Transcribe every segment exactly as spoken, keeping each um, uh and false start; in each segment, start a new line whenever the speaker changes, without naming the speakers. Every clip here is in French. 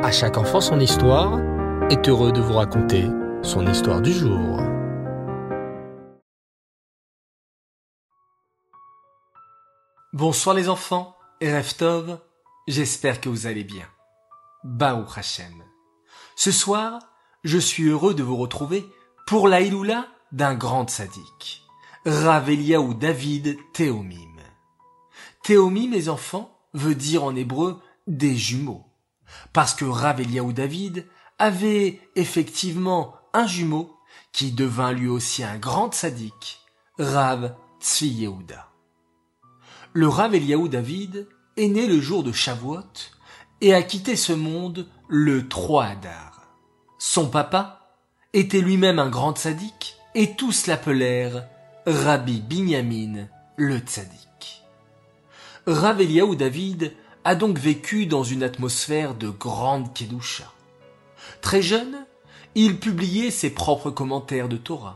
À chaque enfant son histoire est heureux de vous raconter son histoire du jour.
Bonsoir les enfants, Erev Tov, j'espère que vous allez bien. Baruch Hashem. Ce soir, je suis heureux de vous retrouver pour la Hiloula d'un grand tzaddik, Rav Eliaou David Théomim. Théomim, les enfants, veut dire en hébreu des jumeaux, parce que Rav Eliaou David avait effectivement un jumeau qui devint lui aussi un grand tzaddik, Rav Tzvi Yehuda. Le Rav Eliaou David est né le jour de Shavuot et a quitté ce monde le trois Adar. Son papa était lui-même un grand tzaddik et tous l'appelèrent Rabbi Binyamin le tzaddik. Rav Eliaou David a donc vécu dans une atmosphère de grande kedusha. Très jeune, il publiait ses propres commentaires de Torah.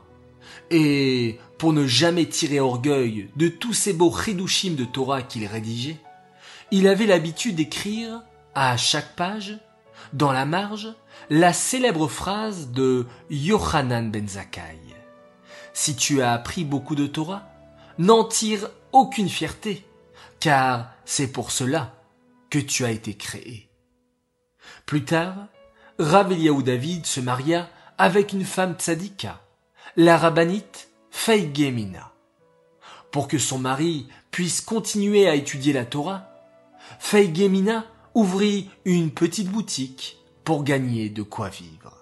Et pour ne jamais tirer orgueil de tous ces beaux chidushim de Torah qu'il rédigeait, il avait l'habitude d'écrire, à chaque page, dans la marge, la célèbre phrase de Yochanan ben Zakkai. Si tu as appris beaucoup de Torah, n'en tire aucune fierté, car c'est pour cela que tu as été créé. Plus tard, Rav Eliaou David se maria avec une femme tzadika, la rabbinite Feige Mina. Pour que son mari puisse continuer à étudier la Torah, Feige Mina ouvrit une petite boutique pour gagner de quoi vivre.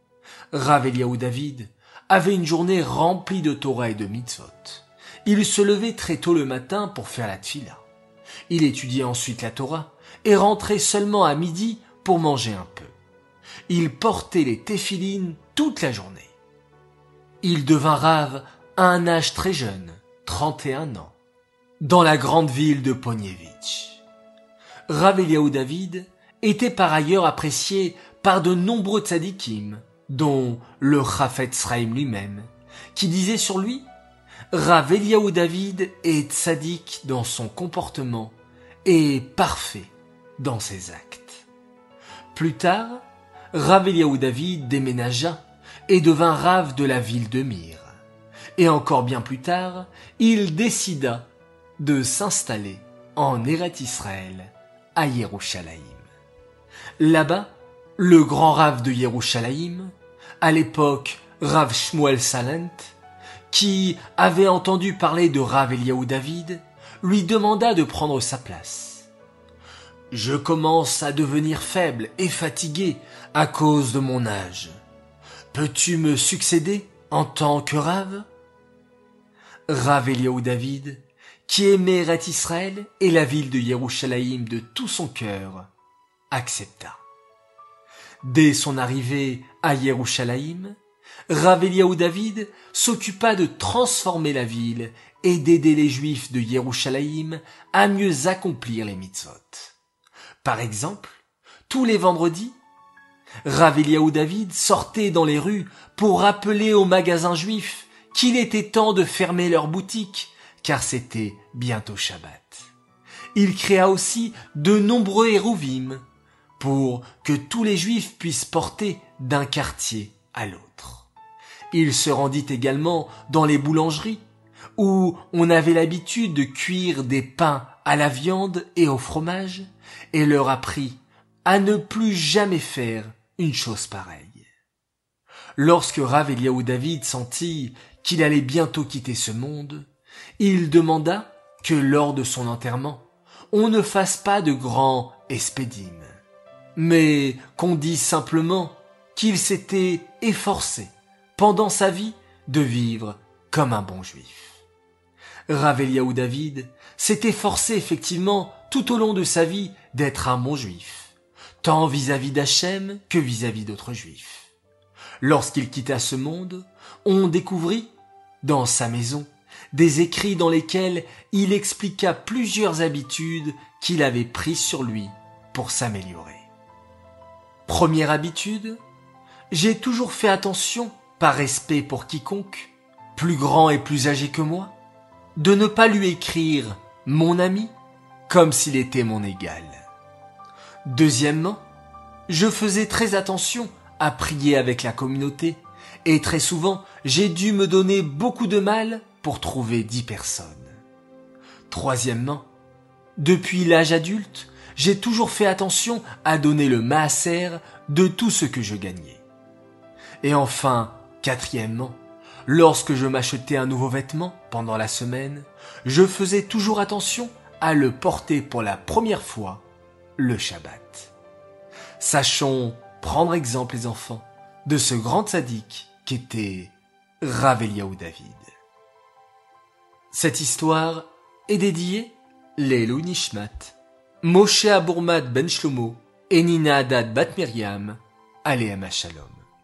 Rav Eliaou David avait une journée remplie de Torah et de mitzvot. Il se levait très tôt le matin pour faire la tfila. Il étudiait ensuite la Torah et rentrait seulement à midi pour manger un peu. Il portait les téphilines toute la journée. Il devint rave à un âge très jeune, trente et un ans, dans la grande ville de Ponievitch. Rav Eliaou David était par ailleurs apprécié par de nombreux tzadikim, dont le Chafetz Chaim lui-même, qui disait sur lui « Rav Eliaou David est tzadik dans son comportement et parfait dans ses actes ». Plus tard, Rav Eliaou David déménagea et devint rave de la ville de Mir. Et encore bien plus tard, il décida de s'installer en Eretz Israël, à Yerushalayim. Là-bas, le grand rave de Yerushalayim, à l'époque Rav Shmuel Salent, qui avait entendu parler de Rav Eliaou David, lui demanda de prendre sa place. « Je commence à devenir faible et fatigué à cause de mon âge. Peux-tu me succéder en tant que Rav ?» Rav Eliaou David, qui aimait Eretz Israël et la ville de Yerushalayim de tout son cœur, accepta. Dès son arrivée à Yerushalayim, Rav Eliaou David s'occupa de transformer la ville et d'aider les Juifs de Yerushalayim à mieux accomplir les mitzvot. Par exemple, tous les vendredis, Rav Eliaou David sortait dans les rues pour rappeler aux magasins juifs qu'il était temps de fermer leurs boutiques, car c'était bientôt Shabbat. Il créa aussi de nombreux hérouvim pour que tous les juifs puissent porter d'un quartier à l'autre. Il se rendit également dans les boulangeries, où on avait l'habitude de cuire des pains à la viande et au fromage, et leur apprit à ne plus jamais faire une chose pareille. Lorsque Rav Eliaou David sentit qu'il allait bientôt quitter ce monde, il demanda que lors de son enterrement, on ne fasse pas de grands espédim, mais qu'on dise simplement qu'il s'était efforcé pendant sa vie de vivre comme un bon juif. Rav Eliaou David s'était forcé effectivement tout au long de sa vie d'être un bon juif, tant vis-à-vis d'Hachem que vis-à-vis d'autres juifs. Lorsqu'il quitta ce monde, on découvrit, dans sa maison, des écrits dans lesquels il expliqua plusieurs habitudes qu'il avait prises sur lui pour s'améliorer. Première habitude, j'ai toujours fait attention, par respect pour quiconque, plus grand et plus âgé que moi, de ne pas lui écrire « mon ami » comme s'il était mon égal. Deuxièmement, je faisais très attention à prier avec la communauté et très souvent, j'ai dû me donner beaucoup de mal pour trouver dix personnes. Troisièmement, depuis l'âge adulte, j'ai toujours fait attention à donner le maaser de tout ce que je gagnais. Et enfin, quatrièmement, lorsque je m'achetais un nouveau vêtement pendant la semaine, je faisais toujours attention à le porter pour la première fois le Shabbat. Sachons prendre exemple, les enfants, de ce grand tzaddik qu'était Rav Eliaou David. Cette histoire est dédiée Leilou Nishmat, Moshe Abourmad ben Shlomo et Nina Haddad bat Myriam, Alehem Shalom.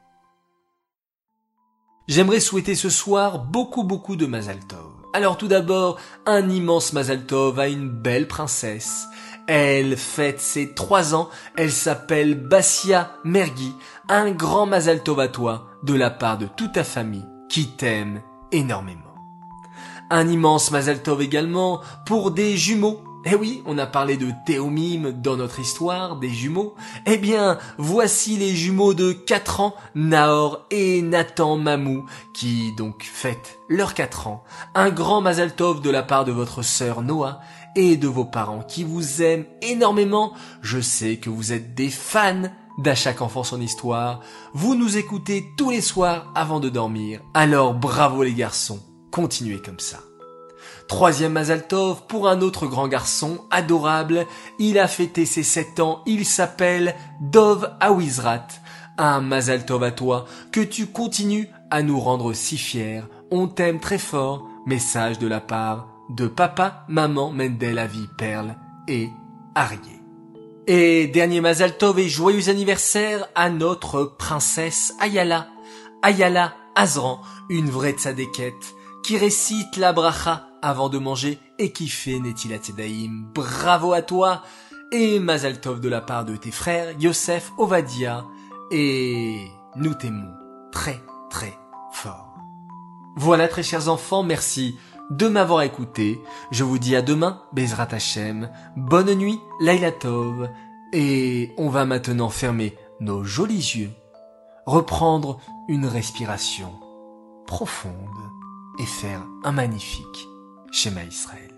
J'aimerais souhaiter ce soir beaucoup beaucoup de Mazal Tov. Alors tout d'abord, un immense Mazal Tov à une belle princesse. Elle fête ses trois ans, elle s'appelle Bassia Mergui. Un grand Mazal Tov à toi, de la part de toute ta famille, qui t'aime énormément. Un immense Mazal Tov également pour des jumeaux. Eh oui, on a parlé de Théomim dans notre histoire, des jumeaux. Eh bien, voici les jumeaux de quatre ans, Nahor et Nathan Mamou, qui donc fêtent leurs quatre ans. Un grand Mazal Tov de la part de votre sœur Noah et de vos parents qui vous aiment énormément. Je sais que vous êtes des fans d'À chaque enfant son histoire. Vous nous écoutez tous les soirs avant de dormir. Alors bravo les garçons, continuez comme ça. Troisième Mazal Tov pour un autre grand garçon adorable. Il a fêté ses sept ans. Il s'appelle Dov Awizrat. Un Mazal Tov à toi, que tu continues à nous rendre si fiers. On t'aime très fort. Message de la part de papa, maman, Mendel, Avi, Perle et Arié. Et dernier Mazal Tov et joyeux anniversaire à notre princesse Ayala. Ayala Azran, une vraie tzadékette, qui récite la bracha avant de manger et qui fait Netilat Yadayim. Bravo à toi et Mazal Tov de la part de tes frères Yosef, Ovadia, et nous t'aimons très très fort. Voilà très chers enfants, merci de m'avoir écouté. Je vous dis à demain, Bezrat Hashem, bonne nuit, Laila Tov, et on va maintenant fermer nos jolis yeux, reprendre une respiration profonde et faire un magnifique Shema Israël.